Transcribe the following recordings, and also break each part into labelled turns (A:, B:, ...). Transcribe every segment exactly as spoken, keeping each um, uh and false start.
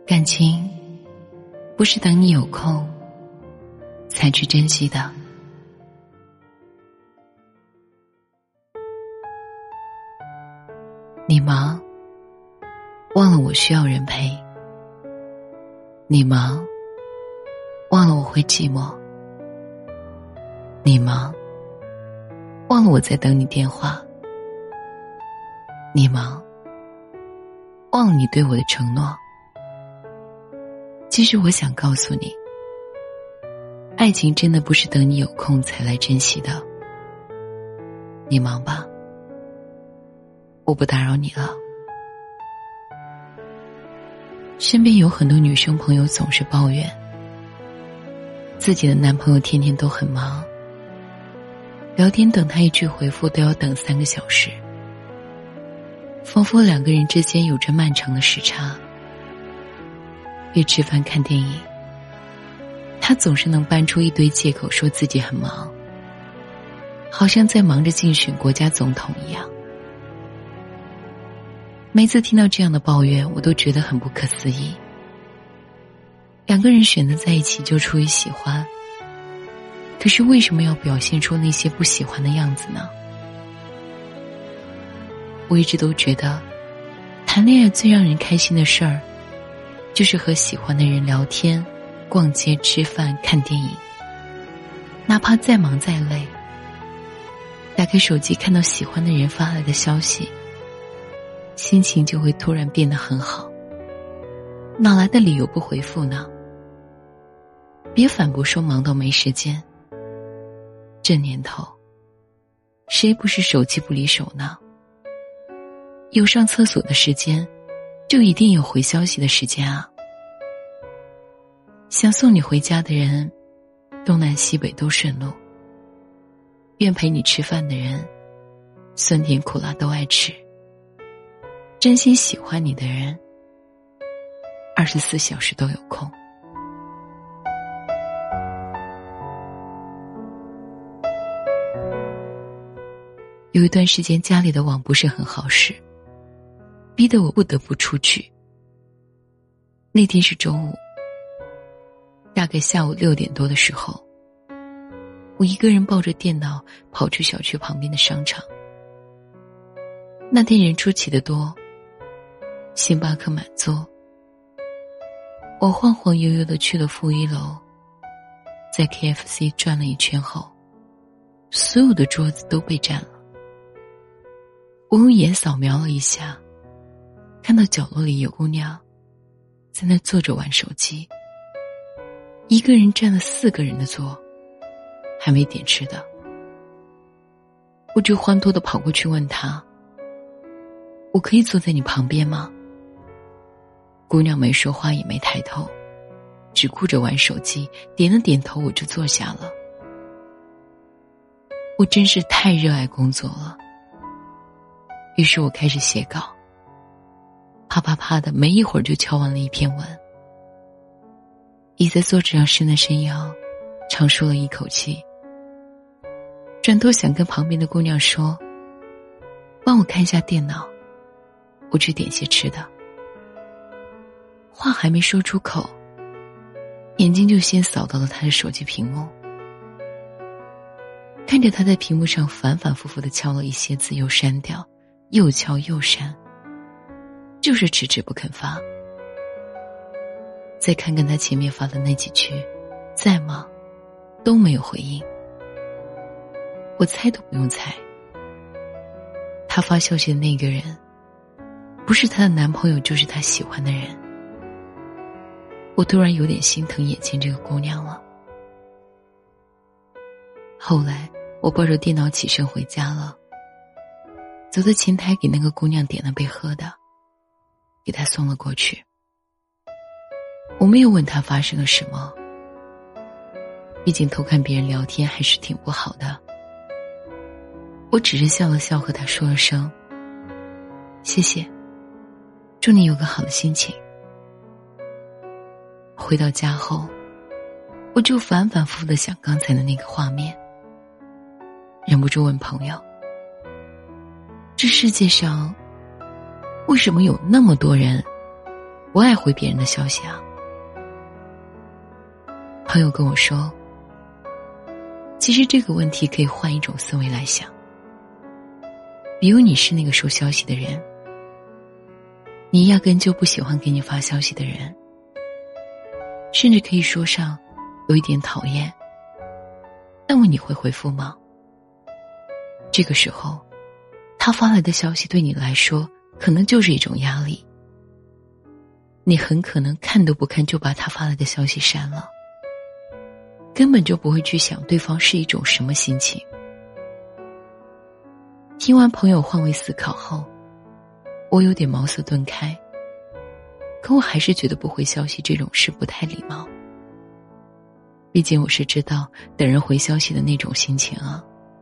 A: 感情不是等你有空才去珍惜的。你忙，忘了我需要人陪；你忙，忘了我会寂寞；你忙，忘了我在等你电话；你忙，忘了你对我的承诺。其实我想告诉你，爱情真的不是等你有空才来珍惜的。你忙吧，我不打扰你了。身边有很多女生朋友总是抱怨，自己的男朋友天天都很忙，聊天等他一句回复都要等三个小时，仿佛两个人之间有着漫长的时差。约吃饭看电影，他总是能搬出一堆借口说自己很忙，好像在忙着竞选国家总统一样。每次听到这样的抱怨，我都觉得很不可思议。两个人选择在一起就出于喜欢，可是为什么要表现出那些不喜欢的样子呢？我一直都觉得，谈恋爱最让人开心的事儿，就是和喜欢的人聊天、逛街、吃饭、看电影。哪怕再忙再累，打开手机看到喜欢的人发来的消息，心情就会突然变得很好。哪来的理由不回复呢？别反驳说忙到没时间。这年头，谁不是手机不离手呢？有上厕所的时间，就一定有回消息的时间啊。想送你回家的人，东南西北都顺路；愿陪你吃饭的人，酸甜苦辣都爱吃。真心喜欢你的人，二十四小时都有空。有一段时间家里的网不是很好使，逼得我不得不出去。那天是周五，大概下午六点多的时候，我一个人抱着电脑跑去小区旁边的商场。那天人出奇的多，星巴克满座。我晃晃悠悠地去了负一楼，在 K F C 转了一圈后，所有的桌子都被占了。我用眼扫描了一下，看到角落里有姑娘在那坐着玩手机，一个人占了四个人的座，还没点吃的。我就欢脱地跑过去问她，我可以坐在你旁边吗？姑娘没说话也没抬头，只顾着玩手机，点了点头，我就坐下了。我真是太热爱工作了，于是我开始写稿，啪啪啪的，没一会儿就敲完了一篇文。倚在桌子上伸了伸腰，长舒了一口气，转头想跟旁边的姑娘说，帮我看一下电脑，我去点些吃的。话还没说出口，眼睛就先扫到了她的手机屏幕，看着她在屏幕上反反复复地敲了一些字，又删掉，又敲又删，就是迟迟不肯发。再看看他前面发的那几句，再忙都没有回应。我猜都不用猜，他发消息的那个人不是她的男朋友，就是她喜欢的人。我突然有点心疼眼前这个姑娘了。后来我抱着电脑起身回家了，走到前台给那个姑娘点了杯喝的，给她送了过去。我没有问她发生了什么，毕竟偷看别人聊天还是挺不好的。我只是笑了笑，和她说了声谢谢，祝你有个好的心情。回到家后，我就反反复复地想刚才的那个画面，忍不住问朋友，这世界上为什么有那么多人不爱回别人的消息啊。朋友跟我说，其实这个问题可以换一种思维来想。比如你是那个收消息的人，你压根就不喜欢给你发消息的人，甚至可以说上有一点讨厌，那么你会回复吗？这个时候他发来的消息对你来说可能就是一种压力，你很可能看都不看就把他发来的消息删了，根本就不会去想对方是一种什么心情。听完朋友换位思考后，我有点茅塞顿开，可我还是觉得不回消息这种事不太礼貌。毕竟我是知道等人回消息的那种心情啊。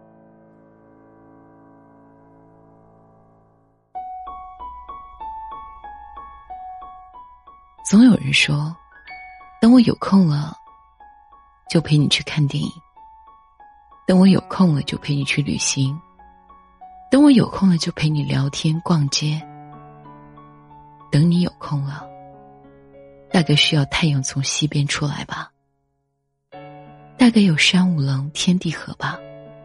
A: 总有人说，等我有空了就陪你去看电影，等我有空了就陪你去旅行，等我有空了就陪你聊天逛街。等你有空了，大概需要太阳从西边出来吧，大概有山无棱天地合吧。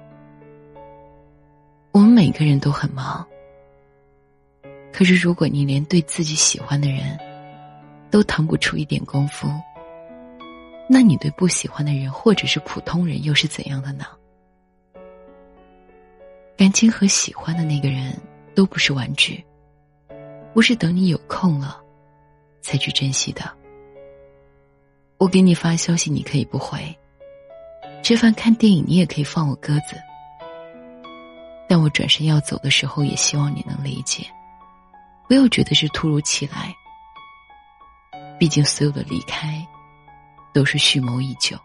A: 我们每个人都很忙，可是如果你连对自己喜欢的人都腾不出一点功夫，那你对不喜欢的人或者是普通人又是怎样的呢？感情和喜欢的那个人都不是玩具，不是等你有空了才去珍惜的。我给你发消息你可以不回，吃饭看电影你也可以放我鸽子，但我转身要走的时候也希望你能理解，不要觉得是突如其来，毕竟所有的离开都是蓄谋已久。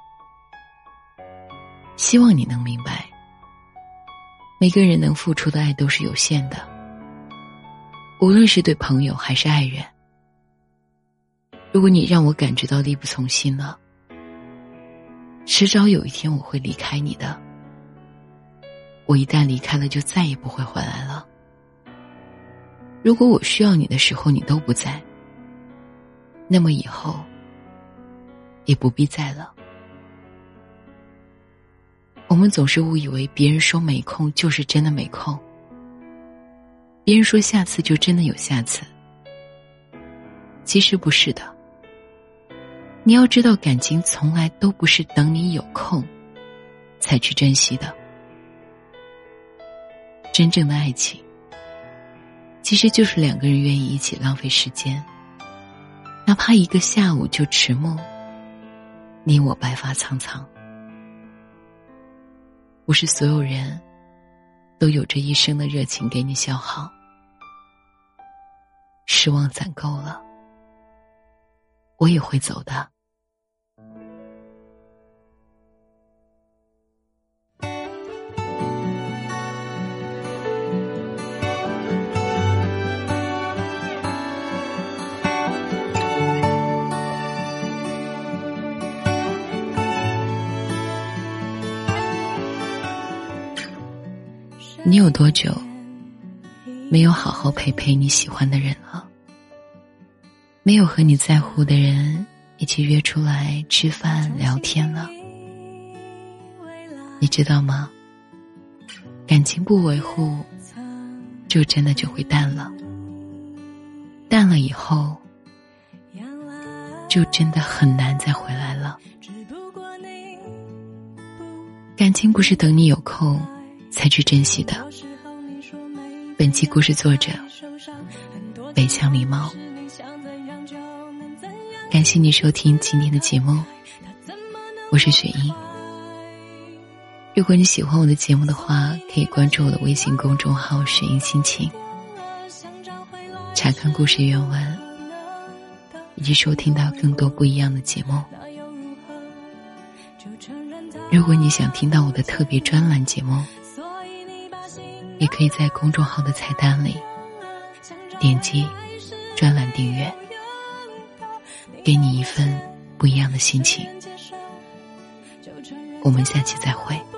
A: 希望你能明白，每个人能付出的爱都是有限的，无论是对朋友还是爱人。如果你让我感觉到力不从心了，迟早有一天我会离开你的。我一旦离开了就再也不会回来了。如果我需要你的时候你都不在，那么以后也不必再了。我们总是误以为别人说没空就是真的没空，别人说下次就真的有下次，其实不是的。你要知道，感情从来都不是等你有空才去珍惜的。真正的爱情其实就是两个人愿意一起浪费时间，哪怕一个下午就迟暮，你我白发苍苍。不是所有人都有着一生的热情给你消耗，失望攒够了，我也会走的。你有多久没有好好陪陪你喜欢的人了？没有和你在乎的人一起约出来吃饭聊天了？你知道吗？感情不维护，就真的就会淡了。淡了以后，就真的很难再回来了。感情不是等你有空才去珍惜的。本期故事作者北向狸猫，感谢你收听今天的节目，我是雪英。如果你喜欢我的节目的话，可以关注我的微信公众号雪英心情，查看故事原文，以及收听到更多不一样的节目。如果你想听到我的特别专栏节目，也可以在公众号的菜单里点击专栏订阅，给你一份不一样的心情。我们下期再会。